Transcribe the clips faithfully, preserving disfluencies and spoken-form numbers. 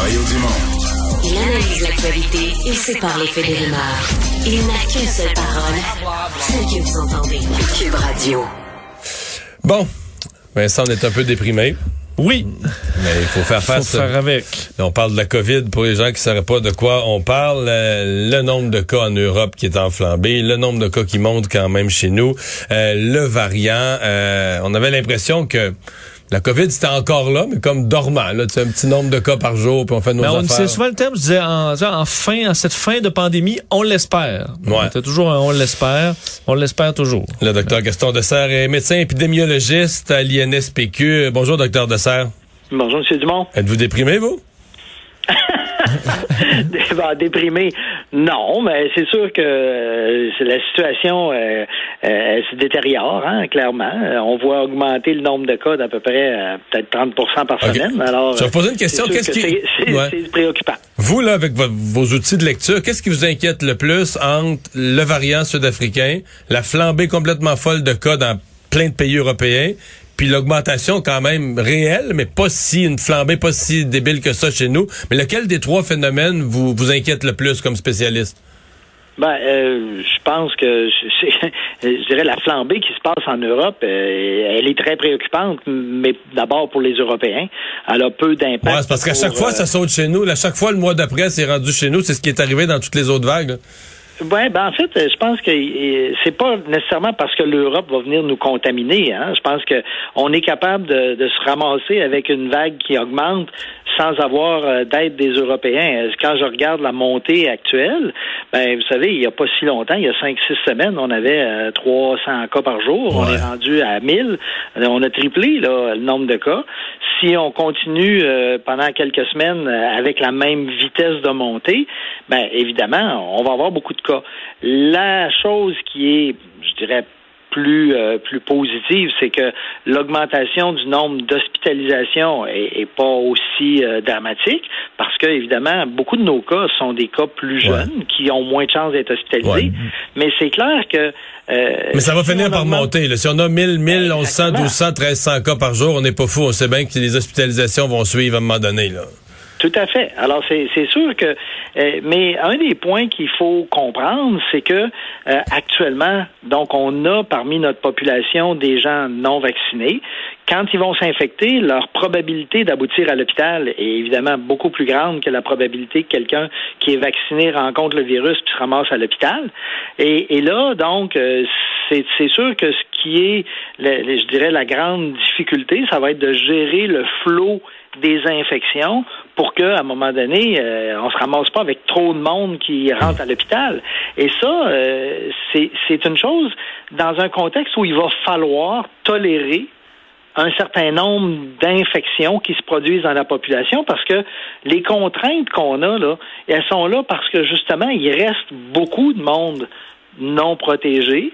Mario Dumont. Il analyse l'actualité et sépare les faits des rumeurs. Il n'a qu'une seule parole, celle que vous entendez. Cube Radio. Bon, Vincent, on est un peu déprimé. Oui. Mais il faut faire face. Faut faire avec. On parle de la COVID pour les gens qui ne sauraient pas de quoi on parle. Euh, le nombre de cas en Europe qui est enflambé, le nombre de cas qui monte quand même chez nous, euh, le variant. Euh, on avait l'impression que la COVID, c'était encore là, mais comme dormant. Là, tu sais, un petit nombre de cas par jour, puis on fait nos mais on, affaires. C'est souvent le terme, je disais, en, en, fin, en cette fin de pandémie, on l'espère. Ouais. C'est toujours un on l'espère. On l'espère toujours. Le docteur Gaston Dessert est médecin épidémiologiste à l'I N S P Q. Bonjour, docteur Dessert. Bonjour, M. Dumont. Êtes-vous déprimé, vous? Déprimé, non, mais c'est sûr que euh, la situation euh, euh, se détériore, hein, clairement. On voit augmenter le nombre de cas d'à peu près euh, peut-être trente pour cent par okay. semaine. Alors, je vais vous poser une question. Qu'est-ce que qui... c'est, c'est, ouais. c'est préoccupant. Vous, là, avec vos, vos outils de lecture, qu'est-ce qui vous inquiète le plus entre le variant sud-africain, la flambée complètement folle de cas dans plein de pays européens, puis l'augmentation quand même réelle, mais pas si une flambée, pas si débile que ça chez nous. Mais lequel des trois phénomènes vous, vous inquiète le plus comme spécialiste? Ben, euh, je pense que c'est, je dirais la flambée qui se passe en Europe, euh, elle est très préoccupante, mais d'abord pour les Européens. Elle a peu d'impact. Ouais, c'est parce qu'à chaque fois, euh... ça saute chez nous. À chaque fois, le mois d'après, c'est rendu chez nous. C'est ce qui est arrivé dans toutes les autres vagues. Là. Ouais, ben en fait, je pense que c'est pas nécessairement parce que l'Europe va venir nous contaminer. Hein. Je pense que on est capable de, de se ramasser avec une vague qui augmente sans avoir d'aide des Européens. Quand je regarde la montée actuelle, ben vous savez, il y a pas si longtemps, il y a cinq, six semaines, on avait euh, trois cents cas par jour. Ouais. On est rendu à mille. On a triplé là, le nombre de cas. Si on continue euh, pendant quelques semaines euh, avec la même vitesse de montée, ben évidemment, on va avoir beaucoup de cas. La chose qui est, je dirais, plus euh, plus positive, c'est que l'augmentation du nombre d'hospitalisations est, est pas aussi euh, dramatique parce que évidemment beaucoup de nos cas sont des cas plus jeunes ouais. qui ont moins de chances d'être hospitalisés. Ouais. Mais c'est clair que euh, mais ça va si finir par augmente... monter. Là. Si on a mille, mille, onze cents, douze cents, treize cents cas par jour, on n'est pas fou. On sait bien que les hospitalisations vont suivre à un moment donné. Là. Tout à fait. Alors, c'est, c'est sûr que... Euh, mais un des points qu'il faut comprendre, c'est que euh, actuellement, donc, on a parmi notre population des gens non vaccinés. Quand ils vont s'infecter, leur probabilité d'aboutir à l'hôpital est évidemment beaucoup plus grande que la probabilité que quelqu'un qui est vacciné rencontre le virus puis se ramasse à l'hôpital. Et, et là, donc, euh, c'est, c'est sûr que ce qui est, le, je dirais, la grande difficulté, ça va être de gérer le flot des infections pour qu'à un moment donné, euh, on se ramasse pas avec trop de monde qui rentre à l'hôpital. Et ça, euh, c'est, c'est une chose dans un contexte où il va falloir tolérer un certain nombre d'infections qui se produisent dans la population parce que les contraintes qu'on a, là, elles sont là parce que justement, il reste beaucoup de monde non protégé,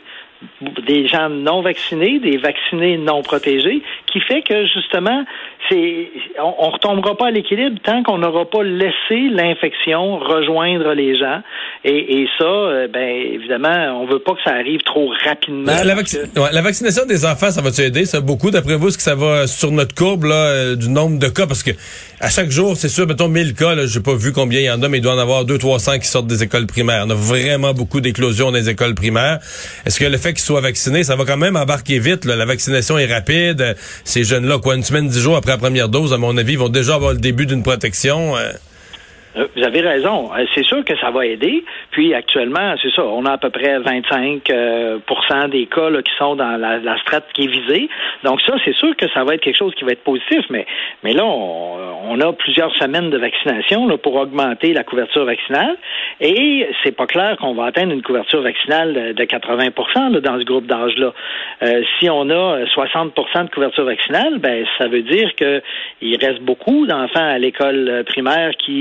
des gens non vaccinés, des vaccinés non protégés, qui fait que justement, c'est on, on retombera pas à l'équilibre tant qu'on n'aura pas laissé l'infection rejoindre les gens. Et, et ça, euh, ben évidemment, on veut pas que ça arrive trop rapidement. La, la, vacc- que... ouais, la vaccination des enfants, ça va-tu aider? Ça beaucoup, d'après vous, est-ce que ça va sur notre courbe là, euh, du nombre de cas? Parce que à chaque jour, c'est sûr, mettons mille cas, là, j'ai pas vu combien il y en a, mais il doit en avoir deux cents trois cents qui sortent des écoles primaires. On a vraiment beaucoup d'éclosions dans les écoles primaires. Est-ce que le fait qu'ils soient vaccinés, ça va quand même embarquer vite? Là. La vaccination est rapide. Ces jeunes-là, quoi, une semaine, dix jours après la première dose, à mon avis, ils vont déjà avoir le début d'une protection. Euh... Vous avez raison. C'est sûr que ça va aider. Puis actuellement, c'est ça, on a à peu près vingt-cinq pour cent des cas là, qui sont dans la, la strate qui est visée. Donc ça, c'est sûr que ça va être quelque chose qui va être positif. Mais, mais là, on, on a plusieurs semaines de vaccination là, pour augmenter la couverture vaccinale. Et c'est pas clair qu'on va atteindre une couverture vaccinale de quatre-vingts pour cent là, dans ce groupe d'âge-là. Euh, si on a soixante pour cent de couverture vaccinale, ben ça veut dire que il reste beaucoup d'enfants à l'école primaire qui euh,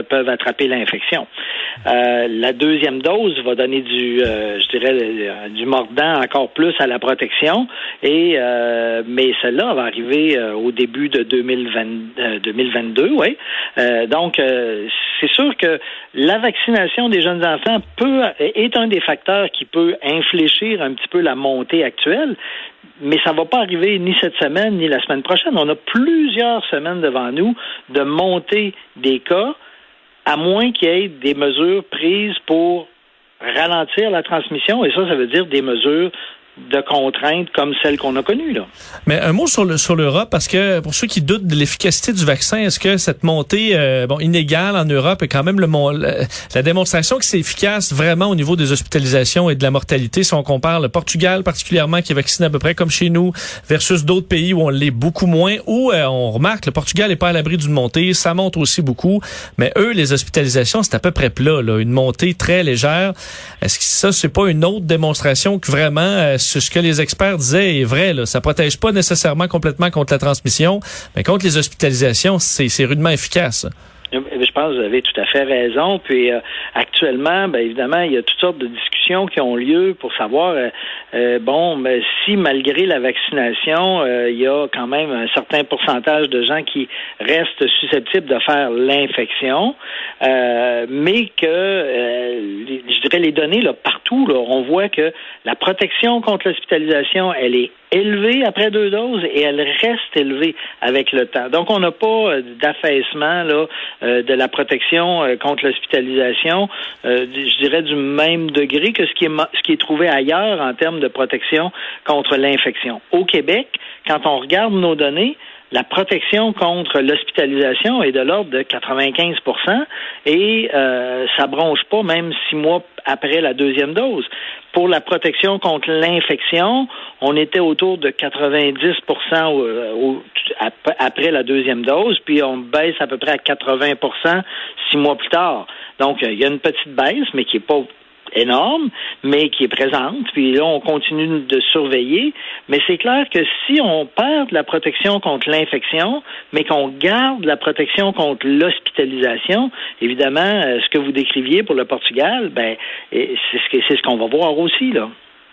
peuvent attraper l'infection. Euh, la deuxième dose va donner du, euh, je dirais, du mordant encore plus à la protection. Et euh, mais celle-là va arriver euh, au début de deux mille vingt, euh, deux mille vingt-deux, oui. Euh, donc, euh, c'est sûr que la vaccination des jeunes enfants peut est un des facteurs qui peut infléchir un petit peu la montée actuelle. Mais ça ne va pas arriver ni cette semaine ni la semaine prochaine. On a plusieurs semaines devant nous de montée des cas, à moins qu'il y ait des mesures prises pour ralentir la transmission. Et ça, ça veut dire des mesures de contraintes comme celles qu'on a connues, là. Mais un mot sur le sur l'Europe, parce que pour ceux qui doutent de l'efficacité du vaccin, est-ce que cette montée euh, bon inégale en Europe est quand même le, le la démonstration que c'est efficace vraiment au niveau des hospitalisations et de la mortalité, si on compare le Portugal particulièrement qui est vacciné à peu près comme chez nous versus d'autres pays où on l'est beaucoup moins, où euh, on remarque le Portugal est pas à l'abri d'une montée, ça monte aussi beaucoup, mais eux les hospitalisations c'est à peu près plat, là, une montée très légère. Est-ce que ça c'est pas une autre démonstration que vraiment euh, ce que les experts disaient est vrai, là. Ça protège pas nécessairement complètement contre la transmission, mais contre les hospitalisations, c'est, c'est rudement efficace. Je pense que vous avez tout à fait raison. Puis euh, actuellement, ben évidemment, il y a toutes sortes de discussions qui ont lieu pour savoir, euh, euh, bon, mais si malgré la vaccination, euh, il y a quand même un certain pourcentage de gens qui restent susceptibles de faire l'infection, euh, mais que, euh, les, je dirais, les données là partout, là, on voit que la protection contre l'hospitalisation, elle est élevée après deux doses et elle reste élevée avec le temps. Donc, on n'a pas d'affaissement là euh, de la protection euh, contre l'hospitalisation, euh, je dirais du même degré que ce qui est ce qui est trouvé ailleurs en termes de protection contre l'infection. Au Québec, quand on regarde nos données, la protection contre l'hospitalisation est de l'ordre de quatre-vingt-quinze pour cent et euh, ça bronche pas même six mois après la deuxième dose. Pour la protection contre l'infection, on était autour de quatre-vingt-dix pour cent au, au, après la deuxième dose, puis on baisse à peu près à quatre-vingts pour cent six mois plus tard. Donc, il y a une petite baisse, mais qui est pas énorme, mais qui est présente. Puis là, on continue de surveiller. Mais c'est clair que si on perd la protection contre l'infection, mais qu'on garde la protection contre l'hospitalisation, évidemment, ce que vous décriviez pour le Portugal, ben, c'est ce que, c'est ce qu'on va voir aussi, là.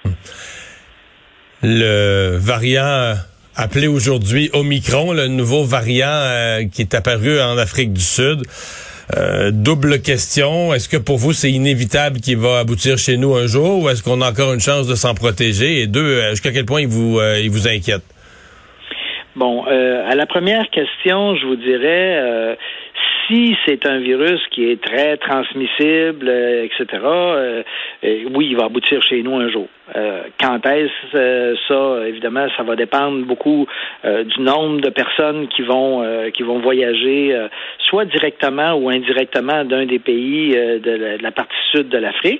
Le variant appelé aujourd'hui Omicron, le nouveau variant euh, qui est apparu en Afrique du Sud. Euh, double question. Est-ce que pour vous, c'est inévitable qu'il va aboutir chez nous un jour ou est-ce qu'on a encore une chance de s'en protéger? Et deux, jusqu'à quel point il vous, euh, il vous inquiète? Bon, euh, à la première question, je vous dirais, euh, si c'est un virus qui est très transmissible, euh, et cetera, euh, euh, oui, il va aboutir chez nous un jour. Euh, quand est-ce euh, ça, évidemment, ça va dépendre beaucoup euh, du nombre de personnes qui vont euh, qui vont voyager, euh, soit directement ou indirectement d'un des pays euh, de, la, de la partie sud de l'Afrique,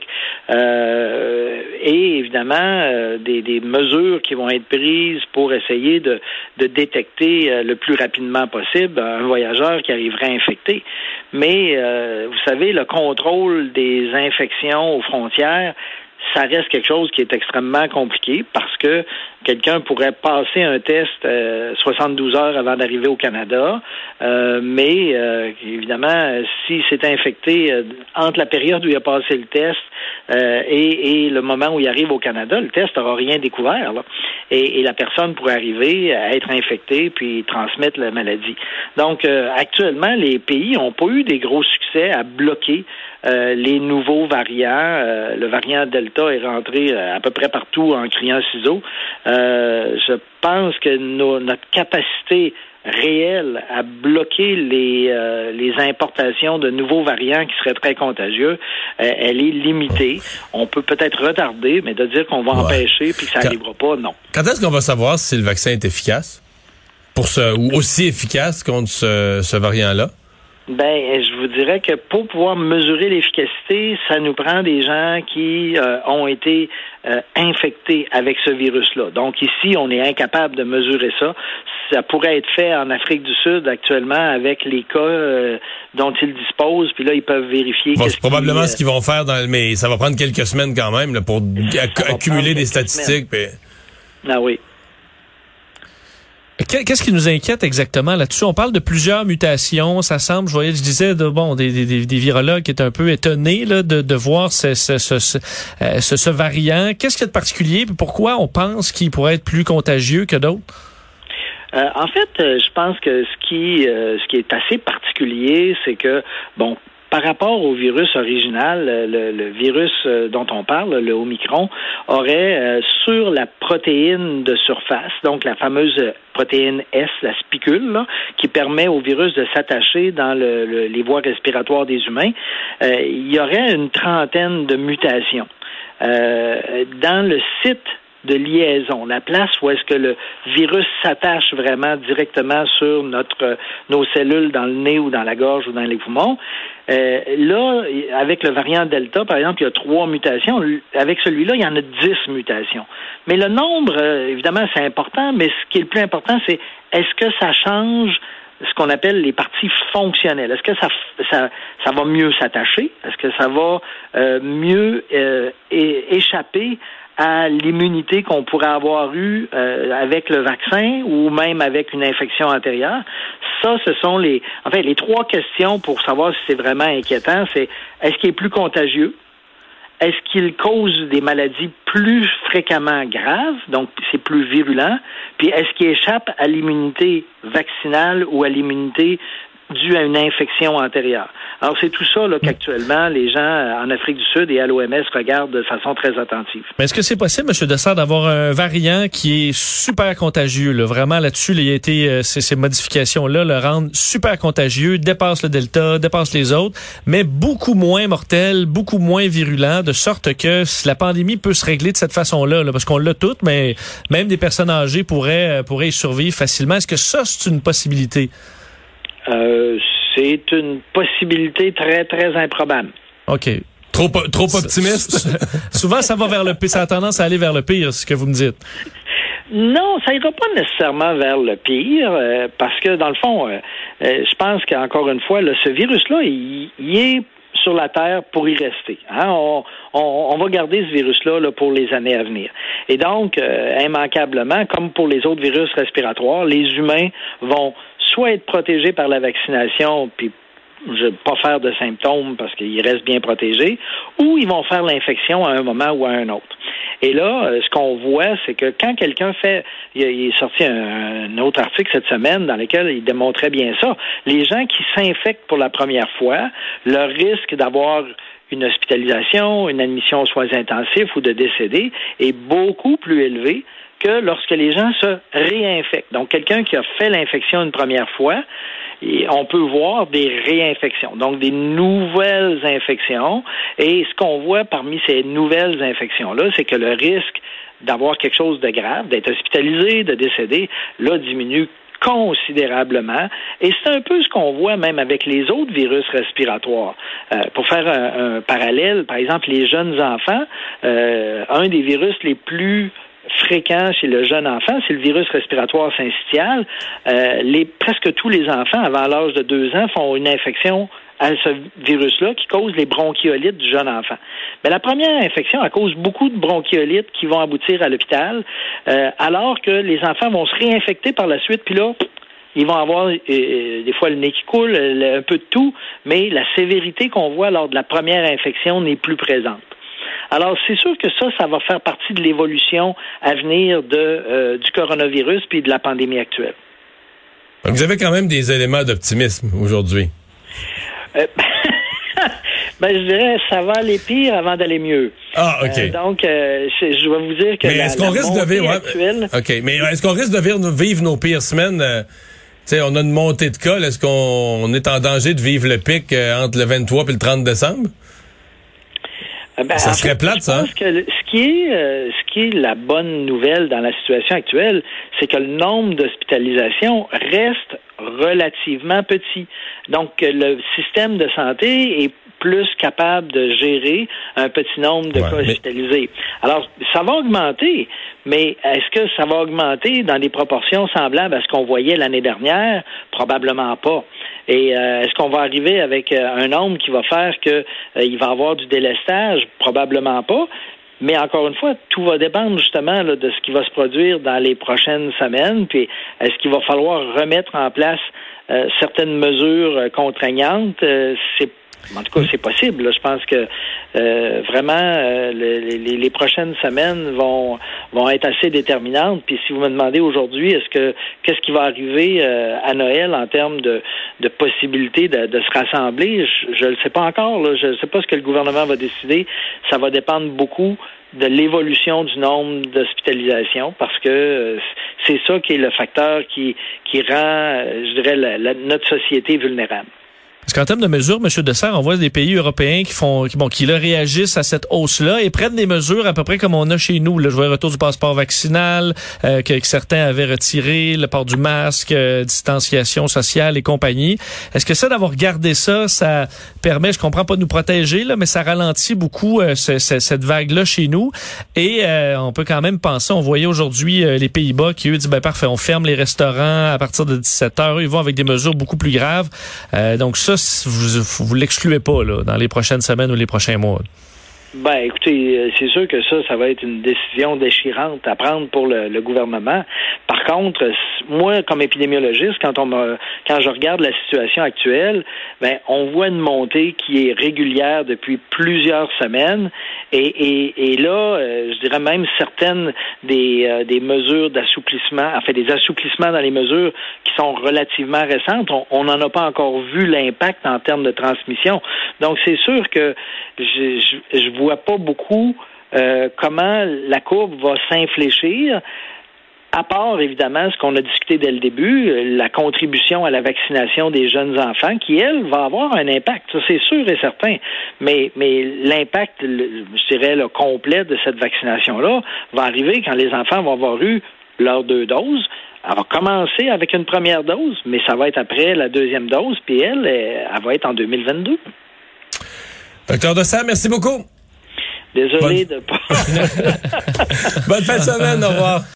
euh, et évidemment euh, des, des mesures qui vont être prises pour essayer de, de détecter euh, le plus rapidement possible un voyageur qui arriverait infecté. Mais euh, vous savez, le contrôle des infections aux frontières, ça reste quelque chose qui est extrêmement compliqué parce que quelqu'un pourrait passer un test euh, soixante-douze heures avant d'arriver au Canada, euh, mais euh, évidemment, si c'est infecté euh, entre la période où il a passé le test euh, et, et le moment où il arrive au Canada, le test n'aura rien découvert, là. Et, et la personne pourrait arriver à être infectée puis transmettre la maladie. Donc, euh, actuellement, les pays n'ont pas eu des gros succès à bloquer Euh, les nouveaux variants. Euh, le variant Delta est rentré euh, à peu près partout en criant ciseaux. Euh, je pense que nos, notre capacité réelle à bloquer les euh, les importations de nouveaux variants qui seraient très contagieux, euh, elle est limitée. On peut peut-être retarder, mais de dire qu'on va ouais. empêcher puis que ça n'arrivera pas, non. Quand est-ce qu'on va savoir si le vaccin est efficace pour ce ou aussi efficace contre ce, ce variant-là? Ben, je vous dirais que pour pouvoir mesurer l'efficacité, ça nous prend des gens qui euh, ont été euh, infectés avec ce virus-là. Donc ici, on est incapable de mesurer ça. Ça pourrait être fait en Afrique du Sud actuellement avec les cas euh, dont ils disposent, puis là, ils peuvent vérifier. Bon, c'est probablement qui, euh, ce qu'ils vont faire, dans, mais ça va prendre quelques semaines quand même là, pour acc- accumuler des statistiques. Puis... Ah oui. Qu'est-ce qui nous inquiète exactement là-dessus? On parle de plusieurs mutations. Ça semble, je voyais, je disais, de, bon, des, des, des virologues qui étaient un peu étonnés là, de, de voir ce, ce, ce, ce, ce, ce variant. Qu'est-ce qu'il y a de particulier? Et pourquoi on pense qu'il pourrait être plus contagieux que d'autres? Euh, en fait, euh, je pense que ce qui, euh, ce qui est assez particulier, c'est que, bon, par rapport au virus original, le, le virus dont on parle, le Omicron, aurait euh, sur la protéine de surface, donc la fameuse protéine S, la spicule, là, qui permet au virus de s'attacher dans le, le, les voies respiratoires des humains, euh, il y aurait une trentaine de mutations. Euh, dans le site de liaison, la place où est-ce que le virus s'attache vraiment directement sur notre nos cellules dans le nez ou dans la gorge ou dans les poumons. Euh, là, avec le variant Delta, par exemple, il y a trois mutations. Avec celui-là, il y en a dix mutations. Mais le nombre, euh, évidemment, c'est important, mais ce qui est le plus important, c'est est-ce que ça change ce qu'on appelle les parties fonctionnelles? Est-ce que ça ça, ça va mieux s'attacher? Est-ce que ça va euh, mieux euh, é- échapper à l'immunité qu'on pourrait avoir eue euh, avec le vaccin ou même avec une infection antérieure? Ça, ce sont les, en fait, les trois questions pour savoir si c'est vraiment inquiétant. C'est est-ce qu'il est plus contagieux? Est-ce qu'il cause des maladies plus fréquemment graves? Donc, c'est plus virulent. Puis, est-ce qu'il échappe à l'immunité vaccinale ou à l'immunité due à une infection antérieure? Alors, c'est tout ça là, qu'actuellement, les gens en Afrique du Sud et à l'O M S regardent de façon très attentive. Mais est-ce que c'est possible, M. Dessert, d'avoir un variant qui est super contagieux? Là? Vraiment, là-dessus, il y a été euh, ces, ces modifications-là le rendent super contagieux, dépasse le Delta, dépasse les autres, mais beaucoup moins mortel, beaucoup moins virulent, de sorte que la pandémie peut se régler de cette façon-là, là, parce qu'on l'a toutes, mais même des personnes âgées pourraient, pourraient y survivre facilement. Est-ce que ça, c'est une possibilité? Euh, c'est une possibilité très, très improbable. OK. Trop, trop optimiste? Souvent, ça va vers le pire. Ça a tendance à aller vers le pire, c'est ce que vous me dites. Non, ça ira pas nécessairement vers le pire, euh, parce que, dans le fond, euh, euh, je pense qu'encore une fois, là, ce virus-là, il, il est sur la Terre pour y rester. Hein? On, on, on va garder ce virus-là là, pour les années à venir. Et donc, euh, immanquablement, comme pour les autres virus respiratoires, les humains vont soit être protégés par la vaccination, puis je pas faire de symptômes parce qu'ils restent bien protégés, ou ils vont faire l'infection à un moment ou à un autre. Et là, ce qu'on voit, c'est que quand quelqu'un fait... Il est sorti un, un autre article cette semaine dans lequel il démontrait bien ça. Les gens qui s'infectent pour la première fois, leur risque d'avoir une hospitalisation, une admission aux soins intensifs ou de décéder est beaucoup plus élevé que lorsque les gens se réinfectent. Donc, quelqu'un qui a fait l'infection une première fois, et on peut voir des réinfections, donc des nouvelles infections. Et ce qu'on voit parmi ces nouvelles infections-là, c'est que le risque d'avoir quelque chose de grave, d'être hospitalisé, de décéder, là, diminue considérablement. Et c'est un peu ce qu'on voit même avec les autres virus respiratoires. Euh, pour faire un, un parallèle, par exemple, les jeunes enfants, euh, un des virus les plus fréquent chez le jeune enfant, c'est le virus respiratoire syncytial. Euh, les, presque tous les enfants, avant l'âge de deux ans, font une infection à ce virus-là qui cause les bronchiolites du jeune enfant. Mais la première infection, elle cause beaucoup de bronchiolites qui vont aboutir à l'hôpital, euh, alors que les enfants vont se réinfecter par la suite, puis là, ils vont avoir euh, des fois le nez qui coule, le, un peu de tout, mais la sévérité qu'on voit lors de la première infection n'est plus présente. Alors, c'est sûr que ça, ça va faire partie de l'évolution à venir de, euh, du coronavirus puis de la pandémie actuelle. Donc, vous avez quand même des éléments d'optimisme aujourd'hui. Euh, ben, je dirais, ça va aller pire avant d'aller mieux. Ah, OK. Euh, donc, euh, je, je vais vous dire que mais la, est-ce qu'on la risque de vivre, actuelle... OK, mais est-ce qu'on risque de vivre, vivre nos pires semaines? Euh, tu sais, on a une montée de cas. Là, est-ce qu'on on est en danger de vivre le pic euh, entre le vingt-trois et le trente décembre? Ben, ça en serait fait, plate, ça. Je pense que le, ce qui est euh, ce qui est la bonne nouvelle dans la situation actuelle, c'est que le nombre d'hospitalisations reste relativement petit. Donc, le système de santé est plus capable de gérer un petit nombre de ouais, cas hospitalisés. Mais... Alors, ça va augmenter, mais est-ce que ça va augmenter dans des proportions semblables à ce qu'on voyait l'année dernière? Probablement pas. Et euh, est-ce qu'on va arriver avec euh, un nombre qui va faire que euh, il va y avoir du délestage? Probablement pas. Mais encore une fois, tout va dépendre justement là, de ce qui va se produire dans les prochaines semaines. Puis, est-ce qu'il va falloir remettre en place euh, certaines mesures euh, contraignantes? Euh, c'est En tout cas, c'est possible. Là. Je pense que euh, vraiment euh, les, les, les prochaines semaines vont vont être assez déterminantes. Puis si vous me demandez aujourd'hui, est-ce que qu'est-ce qui va arriver euh, à Noël en termes de, de possibilités de, de se rassembler, je ne le sais pas encore. Là. Je ne sais pas ce que le gouvernement va décider. Ça va dépendre beaucoup de l'évolution du nombre d'hospitalisations, parce que euh, c'est ça qui est le facteur qui qui rend, euh, je dirais, la, la, notre société vulnérable. Parce qu'en termes de mesures, M. Dessert, on voit des pays européens qui font, qui, bon, qui là, réagissent à cette hausse-là et prennent des mesures à peu près comme on a chez nous. Là, je vois le retour du passeport vaccinal, euh, que, que certains avaient retiré, le port du masque, euh, distanciation sociale et compagnie. Est-ce que ça, d'avoir gardé ça, ça permet, je comprends pas de nous protéger, là, mais ça ralentit beaucoup euh, ce, ce, cette vague-là chez nous. Et euh, on peut quand même penser, on voyait aujourd'hui euh, les Pays-Bas qui, eux, disent, ben parfait, on ferme les restaurants à partir de dix-sept heures. Ils vont avec des mesures beaucoup plus graves. Euh, donc ça, vous vous l'excluez pas là dans les prochaines semaines ou les prochains mois? Ben, écoutez, c'est sûr que ça, ça va être une décision déchirante à prendre pour le, le gouvernement. Par contre, moi, comme épidémiologiste, quand on me, quand je regarde la situation actuelle, ben, on voit une montée qui est régulière depuis plusieurs semaines. Et, et, et là, euh, je dirais même certaines des, euh, des mesures d'assouplissement, en fait, des assouplissements dans les mesures qui sont relativement récentes, on n'en a pas encore vu l'impact en termes de transmission. Donc, c'est sûr que je, je, je vois pas beaucoup euh, comment la courbe va s'infléchir, à part, évidemment, ce qu'on a discuté dès le début, la contribution à la vaccination des jeunes enfants, qui, elle, va avoir un impact. Ça, c'est sûr et certain. Mais, mais l'impact, je dirais, le complet de cette vaccination-là va arriver quand les enfants vont avoir eu leurs deux doses. Elle va commencer avec une première dose, mais ça va être après la deuxième dose, puis elle, elle, elle va être en deux mille vingt-deux. Docteur Dessert, merci beaucoup. Désolé Bonne... de pas. Bonne fin de semaine, au revoir.